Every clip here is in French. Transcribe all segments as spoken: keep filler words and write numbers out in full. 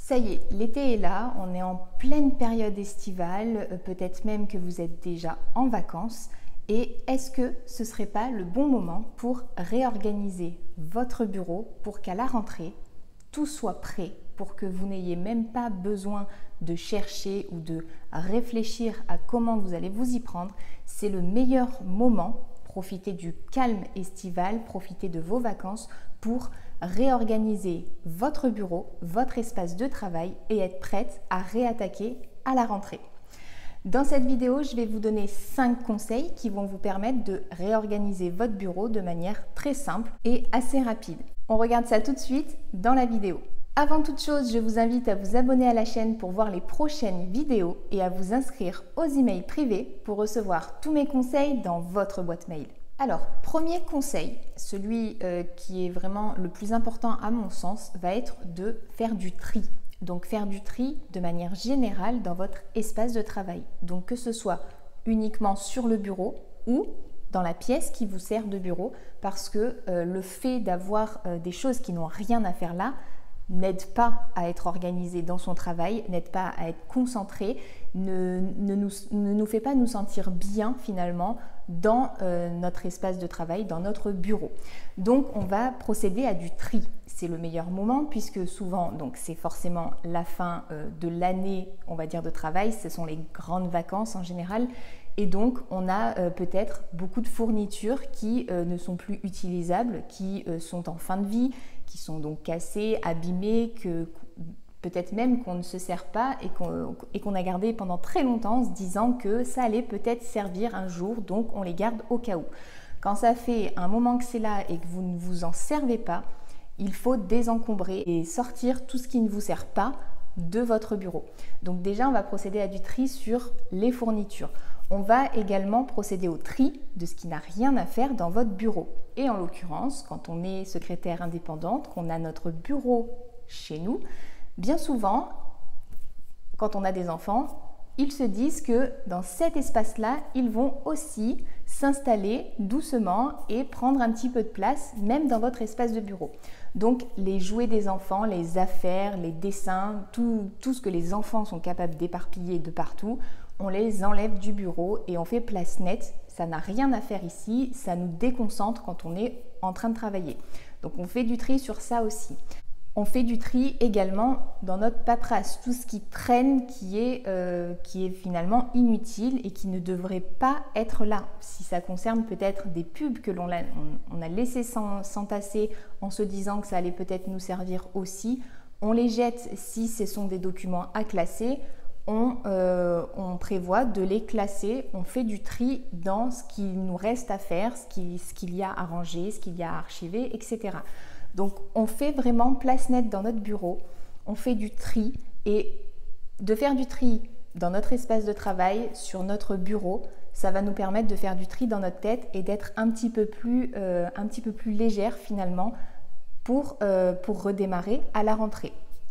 Ça y est, l'été est là, on est en pleine période estivale, peut-être même que vous êtes déjà en vacances. Et est-ce que ce ne serait pas le bon moment pour réorganiser votre bureau pour qu'à la rentrée, tout soit prêt, pour que vous n'ayez même pas besoin de chercher ou de réfléchir à comment vous allez vous y prendre? C'est le meilleur moment. Profitez du calme estival, profitez de vos vacances pour réorganiser votre bureau, votre espace de travail et être prête à réattaquer à la rentrée. Dans cette vidéo, je vais vous donner cinq conseils qui vont vous permettre de réorganiser votre bureau de manière très simple et assez rapide. On regarde ça tout de suite dans la vidéo. Avant toute chose, je vous invite à vous abonner à la chaîne pour voir les prochaines vidéos et à vous inscrire aux emails privés pour recevoir tous mes conseils dans votre boîte mail. Alors, premier conseil, celui euh, qui est vraiment le plus important à mon sens, va être de faire du tri. Donc faire du tri de manière générale dans votre espace de travail. Donc que ce soit uniquement sur le bureau ou dans la pièce qui vous sert de bureau, parce que euh, le fait d'avoir euh, des choses qui n'ont rien à faire là n'aide pas à être organisé dans son travail, n'aide pas à être concentré, ne, ne, nous, ne nous fait pas nous sentir bien finalement dans euh, notre espace de travail, dans notre bureau. Donc on va procéder à du tri. C'est le meilleur moment puisque souvent, donc c'est forcément la fin euh, de l'année, on va dire, de travail, ce sont les grandes vacances en général. Et donc, on a euh, peut-être beaucoup de fournitures qui euh, ne sont plus utilisables, qui euh, sont en fin de vie, qui sont donc cassées, abîmées, que peut-être même qu'on ne se sert pas et qu'on et qu'on a gardé pendant très longtemps en se disant que ça allait peut-être servir un jour, donc on les garde au cas où. Quand ça fait un moment que c'est là et que vous ne vous en servez pas, il faut désencombrer et sortir tout ce qui ne vous sert pas de votre bureau. Donc déjà, on va procéder à du tri sur les fournitures. On va également procéder au tri de ce qui n'a rien à faire dans votre bureau. Et en l'occurrence, quand on est secrétaire indépendante, qu'on a notre bureau chez nous, bien souvent, quand on a des enfants, ils se disent que dans cet espace-là, ils vont aussi s'installer doucement et prendre un petit peu de place, même dans votre espace de bureau. Donc les jouets des enfants, les affaires, les dessins, tout, tout ce que les enfants sont capables d'éparpiller de partout, on les enlève du bureau et on fait place nette. Ça n'a rien à faire ici, ça nous déconcentre quand on est en train de travailler. Donc on fait du tri sur ça aussi. On fait du tri également dans notre paperasse, tout ce qui traîne, qui est, euh, qui est finalement inutile et qui ne devrait pas être là. Si ça concerne peut-être des pubs que l'on a, on, on a laissé s'entasser en se disant que ça allait peut-être nous servir aussi, on les jette si ce sont des documents à classer. On, euh, on prévoit de les classer, on fait du tri dans ce qu'il nous reste à faire, ce qu'il ce qu'il y a à ranger, ce qu'il y a à archiver, et cetera. Donc on fait vraiment place nette dans notre bureau, on fait du tri et de faire du tri dans notre espace de travail, sur notre bureau, ça va nous permettre de faire du tri dans notre tête et d'être un petit peu plus, euh, un petit peu plus légère finalement pour, euh, pour redémarrer à la rentrée.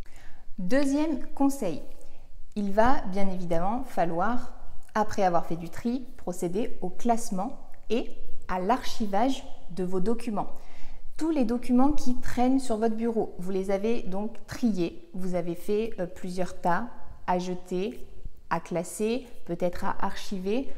Deuxième conseil. Il va bien évidemment falloir, après avoir fait du tri, procéder au classement et à l'archivage de vos documents. Tous les documents qui traînent sur votre bureau, vous les avez donc triés, vous avez fait euh, plusieurs tas à jeter, à classer, peut-être à archiver,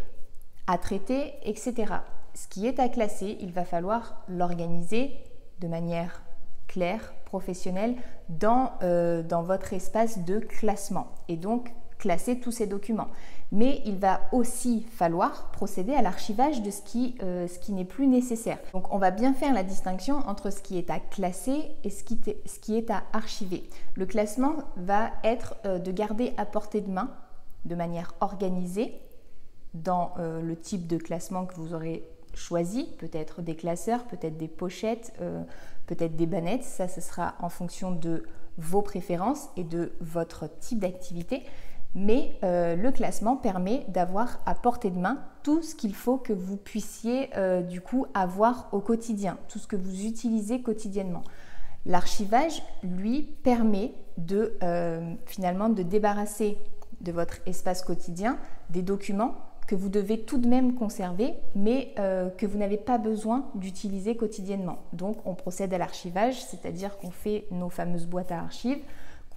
à traiter, et cetera. Ce qui est à classer, il va falloir l'organiser de manière claire, professionnelle, dans, euh, dans votre espace de classement et donc classer tous ces documents. Mais il va aussi falloir procéder à l'archivage de ce qui, euh, ce qui n'est plus nécessaire. Donc on va bien faire la distinction entre ce qui est à classer et ce qui, ce qui est à archiver. Le classement va être euh, de garder à portée de main, de manière organisée, dans euh, le type de classement que vous aurez choisi, peut-être des classeurs, peut-être des pochettes, euh, peut-être des bannettes. Ça, ce sera en fonction de vos préférences et de votre type d'activité. Mais euh, le classement permet d'avoir à portée de main tout ce qu'il faut que vous puissiez euh, du coup avoir au quotidien, tout ce que vous utilisez quotidiennement. L'archivage, lui, permet de euh, finalement de débarrasser de votre espace quotidien des documents que vous devez tout de même conserver, mais euh, que vous n'avez pas besoin d'utiliser quotidiennement. Donc on procède à l'archivage, c'est-à-dire qu'on fait nos fameuses boîtes à archives,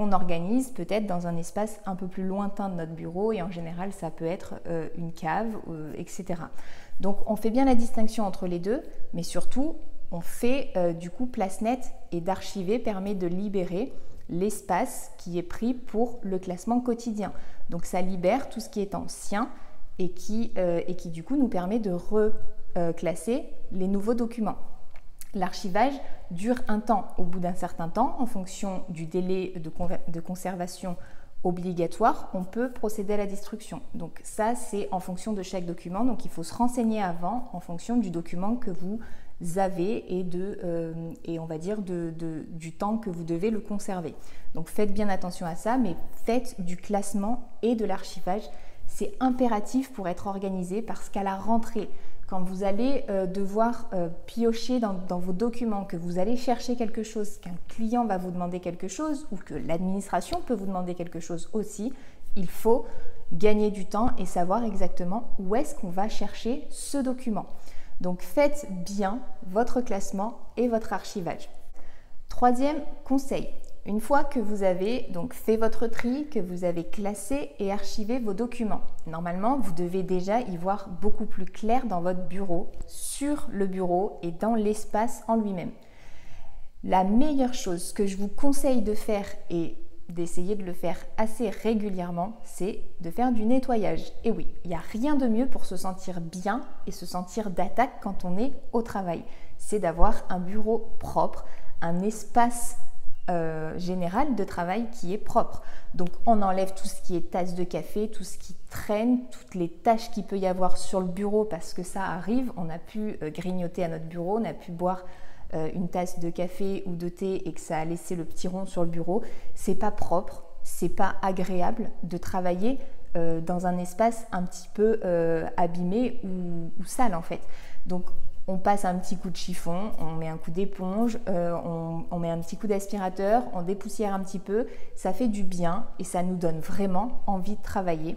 qu'on organise peut-être dans un espace un peu plus lointain de notre bureau et en général ça peut être euh, une cave, euh, et cetera. Donc on fait bien la distinction entre les deux, mais surtout on fait euh, du coup place nette et d'archiver permet de libérer l'espace qui est pris pour le classement quotidien. Donc ça libère tout ce qui est ancien et qui, euh, et qui du coup nous permet de reclasser les nouveaux documents. L'archivage dure un temps. Au bout d'un certain temps, en fonction du délai de, con de conservation obligatoire, on peut procéder à la destruction. Donc ça, c'est en fonction de chaque document. Donc il faut se renseigner avant en fonction du document que vous avez et, de, euh, et on va dire de, de, du temps que vous devez le conserver. Donc faites bien attention à ça, mais faites du classement et de l'archivage. C'est impératif pour être organisé parce qu'à la rentrée, quand vous allez euh, devoir euh, piocher dans, dans vos documents, que vous allez chercher quelque chose, qu'un client va vous demander quelque chose ou que l'administration peut vous demander quelque chose aussi, il faut gagner du temps et savoir exactement où est-ce qu'on va chercher ce document. Donc faites bien votre classement et votre archivage. Troisième conseil. Une fois que vous avez donc fait votre tri, que vous avez classé et archivé vos documents, normalement, vous devez déjà y voir beaucoup plus clair dans votre bureau, sur le bureau et dans l'espace en lui-même. La meilleure chose que je vous conseille de faire et d'essayer de le faire assez régulièrement, c'est de faire du nettoyage. Et oui, il n'y a rien de mieux pour se sentir bien et se sentir d'attaque quand on est au travail. C'est d'avoir un bureau propre, un espace Euh, général de travail qui est propre. Donc on enlève tout ce qui est tasse de café, tout ce qui traîne, toutes les tâches qu'il peut y avoir sur le bureau parce que ça arrive, on a pu euh, grignoter à notre bureau, on a pu boire euh, une tasse de café ou de thé et que ça a laissé le petit rond sur le bureau. C'est pas propre, c'est pas agréable de travailler euh, dans un espace un petit peu euh, abîmé ou, ou sale en fait. Donc on passe un petit coup de chiffon, on met un coup d'éponge, euh, on, on met un petit coup d'aspirateur, on dépoussière un petit peu, ça fait du bien et ça nous donne vraiment envie de travailler.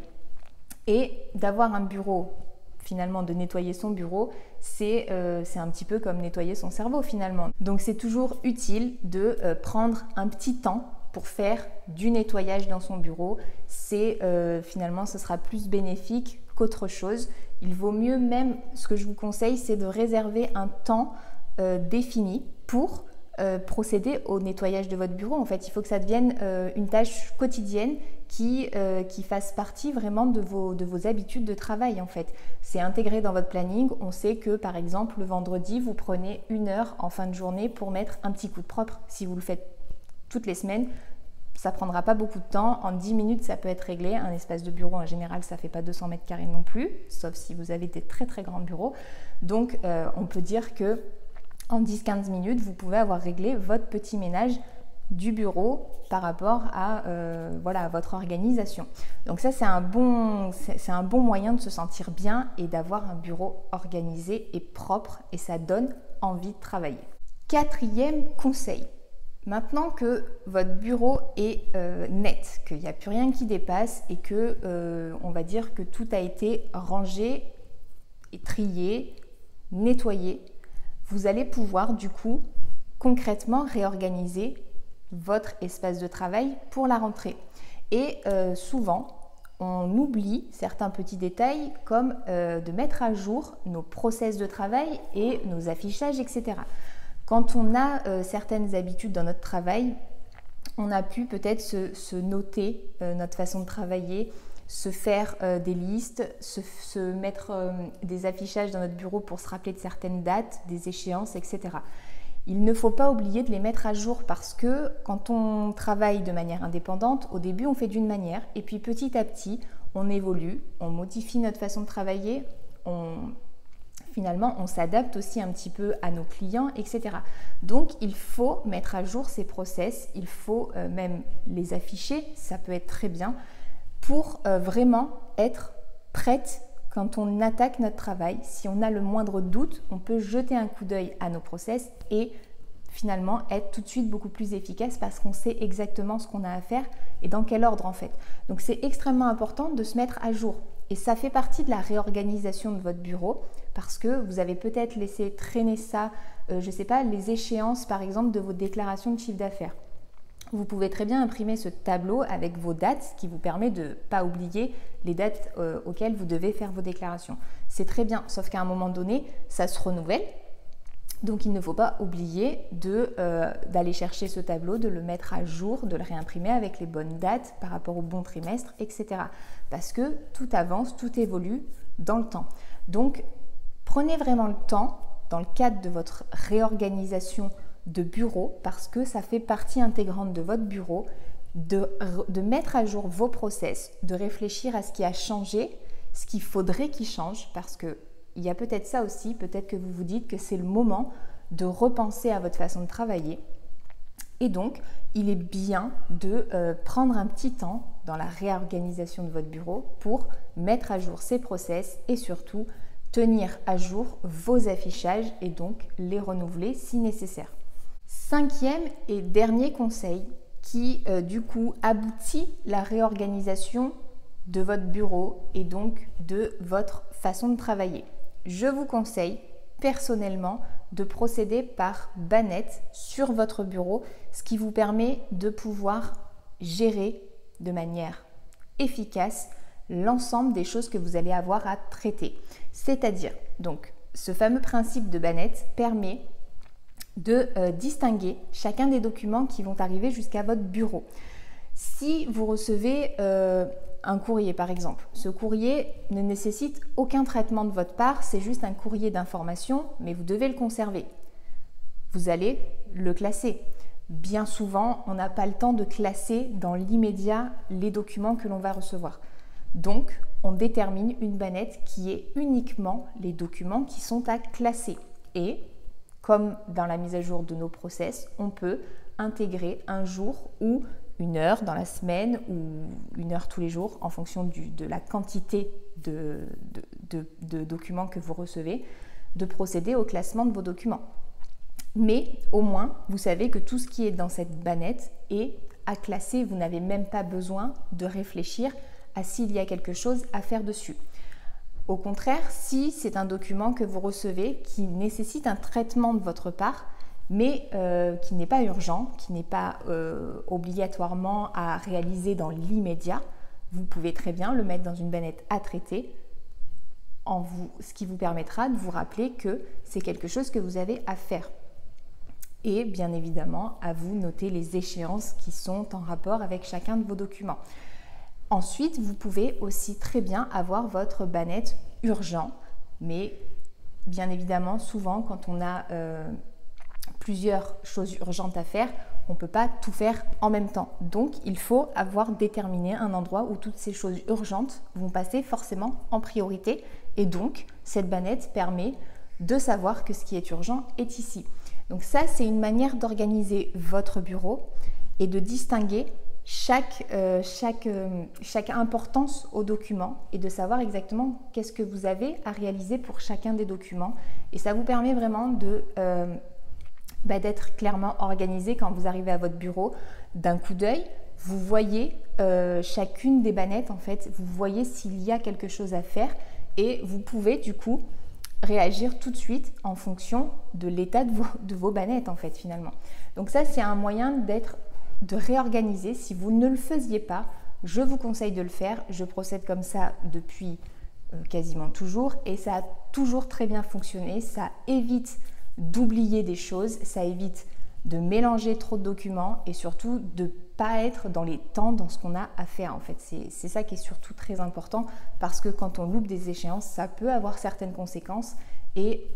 Et d'avoir un bureau, finalement de nettoyer son bureau, c'est euh, c'est un petit peu comme nettoyer son cerveau finalement. Donc c'est toujours utile de euh, prendre un petit temps pour faire du nettoyage dans son bureau. C'est euh, finalement, ce sera plus bénéfique qu'autre chose. Il vaut mieux même, ce que je vous conseille, c'est de réserver un temps euh, défini pour euh, procéder au nettoyage de votre bureau. En fait, il faut que ça devienne euh, une tâche quotidienne qui, euh, qui fasse partie vraiment de vos, de vos habitudes de travail. En fait, c'est intégré dans votre planning. On sait que, par exemple, le vendredi, vous prenez une heure en fin de journée pour mettre un petit coup de propre. Si vous le faites toutes les semaines, ça ne prendra pas beaucoup de temps. En dix minutes, ça peut être réglé. Un espace de bureau, en général, ça ne fait pas deux cents mètres carrés non plus, sauf si vous avez des très très grands bureaux. Donc, euh, on peut dire que en dix à quinze minutes, vous pouvez avoir réglé votre petit ménage du bureau par rapport à, euh, voilà, à votre organisation. Donc ça, c'est un bon, c'est un bon moyen de se sentir bien et d'avoir un bureau organisé et propre, et ça donne envie de travailler. Quatrième conseil. Maintenant que votre bureau est euh, net, qu'il n'y a plus rien qui dépasse et que, euh, on va dire que tout a été rangé et trié, nettoyé, vous allez pouvoir du coup concrètement réorganiser votre espace de travail pour la rentrée. Et euh, souvent, on oublie certains petits détails comme euh, de mettre à jour nos process de travail et nos affichages, et cetera. Quand on a euh, certaines habitudes dans notre travail, on a pu peut-être se, se noter euh, notre façon de travailler, se faire euh, des listes, se, se mettre euh, des affichages dans notre bureau pour se rappeler de certaines dates, des échéances, et cetera. Il ne faut pas oublier de les mettre à jour parce que quand on travaille de manière indépendante, au début on fait d'une manière et puis petit à petit on évolue, on modifie notre façon de travailler, on... Finalement, on s'adapte aussi un petit peu à nos clients, et cetera. Donc, il faut mettre à jour ces process, il faut euh, même les afficher, ça peut être très bien, pour euh, vraiment être prête quand on attaque notre travail. Si on a le moindre doute, on peut jeter un coup d'œil à nos process et finalement être tout de suite beaucoup plus efficace parce qu'on sait exactement ce qu'on a à faire et dans quel ordre en fait. Donc, c'est extrêmement important de se mettre à jour. Et ça fait partie de la réorganisation de votre bureau parce que vous avez peut-être laissé traîner ça, euh, je ne sais pas, les échéances par exemple de vos déclarations de chiffre d'affaires. vous pouvez très bien imprimer ce tableau avec vos dates, ce qui vous permet de ne pas oublier les dates euh, auxquelles vous devez faire vos déclarations. C'est très bien, sauf qu'à un moment donné, ça se renouvelle. Donc il ne faut pas oublier de, euh, d'aller chercher ce tableau, de le mettre à jour, de le réimprimer avec les bonnes dates par rapport au bon trimestre, et cetera. Parce que tout avance, tout évolue dans le temps. Donc prenez vraiment le temps, dans le cadre de votre réorganisation de bureau, parce que ça fait partie intégrante de votre bureau, de, de mettre à jour vos process, de réfléchir à ce qui a changé, ce qu'il faudrait qu'il change, parce que il y a peut-être ça aussi, peut-être que vous vous dites que c'est le moment de repenser à votre façon de travailler. Et donc, il est bien de euh, prendre un petit temps dans la réorganisation de votre bureau pour mettre à jour ces process et surtout tenir à jour vos affichages et donc les renouveler si nécessaire. Cinquième et dernier conseil qui euh, du coup aboutit la réorganisation de votre bureau et donc de votre façon de travailler. Je vous conseille personnellement de procéder par bannette sur votre bureau, ce qui vous permet de pouvoir gérer de manière efficace l'ensemble des choses que vous allez avoir à traiter. C'est-à-dire, donc, ce fameux principe de bannette permet de euh, distinguer chacun des documents qui vont arriver jusqu'à votre bureau. Si vous recevez euh, un courrier par exemple, ce courrier ne nécessite aucun traitement de votre part, c'est juste un courrier d'information, mais vous devez le conserver. Vous allez le classer. Bien souvent, on n'a pas le temps de classer dans l'immédiat les documents que l'on va recevoir. Donc, on détermine une bannette qui est uniquement les documents qui sont à classer. Et, comme dans la mise à jour de nos process, on peut intégrer un jour ou une heure dans la semaine ou une heure tous les jours en fonction du, de la quantité de, de, de, de documents que vous recevez, de procéder au classement de vos documents. Mais au moins, vous savez que tout ce qui est dans cette bannette est à classer. Vous n'avez même pas besoin de réfléchir à s'il y a quelque chose à faire dessus. Au contraire, si c'est un document que vous recevez qui nécessite un traitement de votre part, mais euh, qui n'est pas urgent, qui n'est pas euh, obligatoirement à réaliser dans l'immédiat, vous pouvez très bien le mettre dans une bannette à traiter, en vous, ce qui vous permettra de vous rappeler que c'est quelque chose que vous avez à faire. Et bien évidemment, à vous noter les échéances qui sont en rapport avec chacun de vos documents. Ensuite, vous pouvez aussi très bien avoir votre bannette urgent, mais bien évidemment, souvent quand on a euh, plusieurs choses urgentes à faire, on ne peut pas tout faire en même temps. Donc, il faut avoir déterminé un endroit où toutes ces choses urgentes vont passer forcément en priorité. Et donc, cette bannette permet de savoir que ce qui est urgent est ici. Donc ça, c'est une manière d'organiser votre bureau et de distinguer chaque, euh, chaque, euh, chaque importance au document et de savoir exactement qu'est-ce que vous avez à réaliser pour chacun des documents. Et ça vous permet vraiment de... Euh, Bah, d'être clairement organisé quand vous arrivez à votre bureau. D'un coup d'œil, vous voyez euh, chacune des bannettes, en fait, vous voyez s'il y a quelque chose à faire et vous pouvez du coup réagir tout de suite en fonction de l'état de vos, de vos bannettes, en fait, finalement. Donc ça, c'est un moyen d'être, de réorganiser. Si vous ne le faisiez pas, je vous conseille de le faire. Je procède comme ça depuis euh, quasiment toujours et ça a toujours très bien fonctionné. Ça évite d'oublier des choses, ça évite de mélanger trop de documents et surtout de ne pas être dans les temps dans ce qu'on a à faire. En fait, c'est, c'est ça qui est surtout très important parce que quand on loupe des échéances, ça peut avoir certaines conséquences et,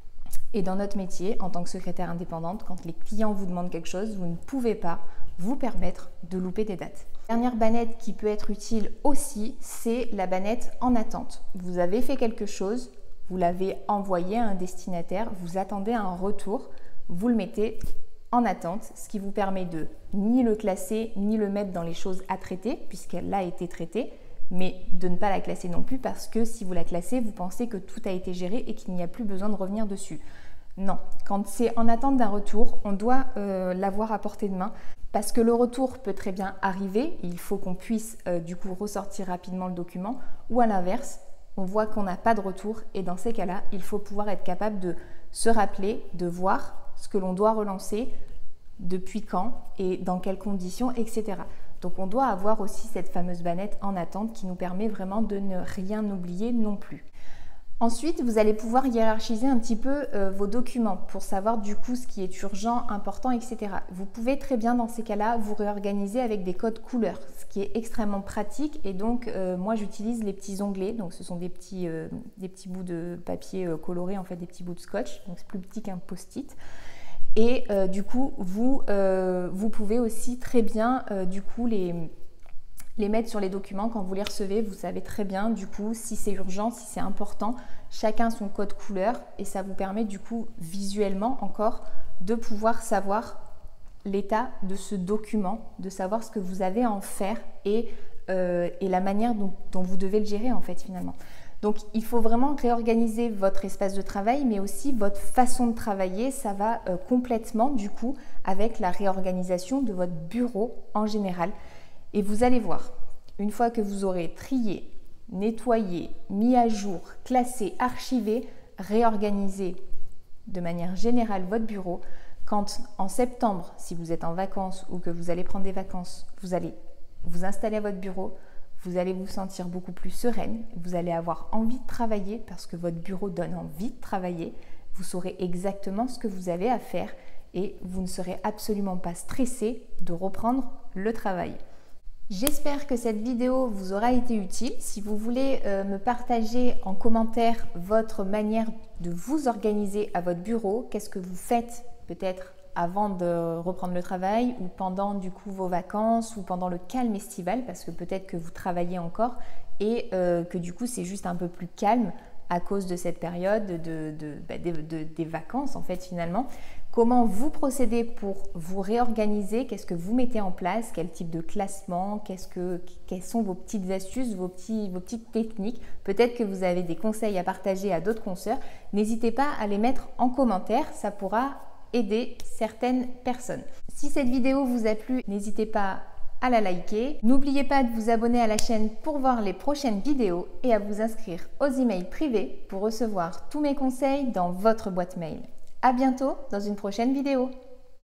et dans notre métier, en tant que secrétaire indépendante, quand les clients vous demandent quelque chose, vous ne pouvez pas vous permettre de louper des dates. Dernière bannette qui peut être utile aussi, c'est la bannette en attente. Vous avez fait quelque chose, vous l'avez envoyé à un destinataire, vous attendez un retour, vous le mettez en attente, ce qui vous permet de ni le classer, ni le mettre dans les choses à traiter, puisqu'elle a été traitée, mais de ne pas la classer non plus, parce que si vous la classez, vous pensez que tout a été géré et qu'il n'y a plus besoin de revenir dessus. Non, quand c'est en attente d'un retour, on doit euh, l'avoir à portée de main, parce que le retour peut très bien arriver, il faut qu'on puisse euh, du coup ressortir rapidement le document, ou à l'inverse, on voit qu'on n'a pas de retour et dans ces cas-là, il faut pouvoir être capable de se rappeler, de voir ce que l'on doit relancer depuis quand et dans quelles conditions, et cetera. Donc on doit avoir aussi cette fameuse bannette en attente qui nous permet vraiment de ne rien oublier non plus. Ensuite, vous allez pouvoir hiérarchiser un petit peu euh, vos documents pour savoir du coup ce qui est urgent, important, et cetera. Vous pouvez très bien dans ces cas-là vous réorganiser avec des codes couleurs, ce qui est extrêmement pratique. Et donc euh, moi j'utilise les petits onglets, donc ce sont des petits, euh, des petits bouts de papier euh, colorés, en fait des petits bouts de scotch, donc c'est plus petit qu'un post-it. Et euh, du coup vous, euh, vous pouvez aussi très bien euh, du coup les... les mettre sur les documents quand vous les recevez. Vous savez très bien du coup si c'est urgent, si c'est important, chacun son code couleur et ça vous permet du coup visuellement encore de pouvoir savoir l'état de ce document, de savoir ce que vous avez à en faire et, euh, et la manière dont, dont vous devez le gérer en fait finalement. Donc il faut vraiment réorganiser votre espace de travail mais aussi votre façon de travailler. Ça va euh, complètement du coup avec la réorganisation de votre bureau en général. Et vous allez voir, une fois que vous aurez trié, nettoyé, mis à jour, classé, archivé, réorganisé de manière générale votre bureau, quand en septembre, si vous êtes en vacances ou que vous allez prendre des vacances, vous allez vous installer à votre bureau, vous allez vous sentir beaucoup plus sereine, vous allez avoir envie de travailler parce que votre bureau donne envie de travailler, vous saurez exactement ce que vous avez à faire et vous ne serez absolument pas stressé de reprendre le travail. J'espère que cette vidéo vous aura été utile. Si vous voulez euh, me partager en commentaire votre manière de vous organiser à votre bureau, qu'est-ce que vous faites peut-être avant de reprendre le travail ou pendant du coup vos vacances ou pendant le calme estival parce que peut-être que vous travaillez encore et euh, que du coup c'est juste un peu plus calme à cause de cette période de, de, bah, de, de, des vacances en fait finalement. Comment vous procédez pour vous réorganiser? Qu'est-ce que vous mettez en place? Quel type de classement? Qu'est-ce que, quelles sont vos petites astuces, vos, petits, vos petites techniques? Peut-être que vous avez des conseils à partager à d'autres consoeurs. N'hésitez pas à les mettre en commentaire, ça pourra aider certaines personnes. Si cette vidéo vous a plu, n'hésitez pas à la liker. N'oubliez pas de vous abonner à la chaîne pour voir les prochaines vidéos et à vous inscrire aux emails privés pour recevoir tous mes conseils dans votre boîte mail. À bientôt dans une prochaine vidéo.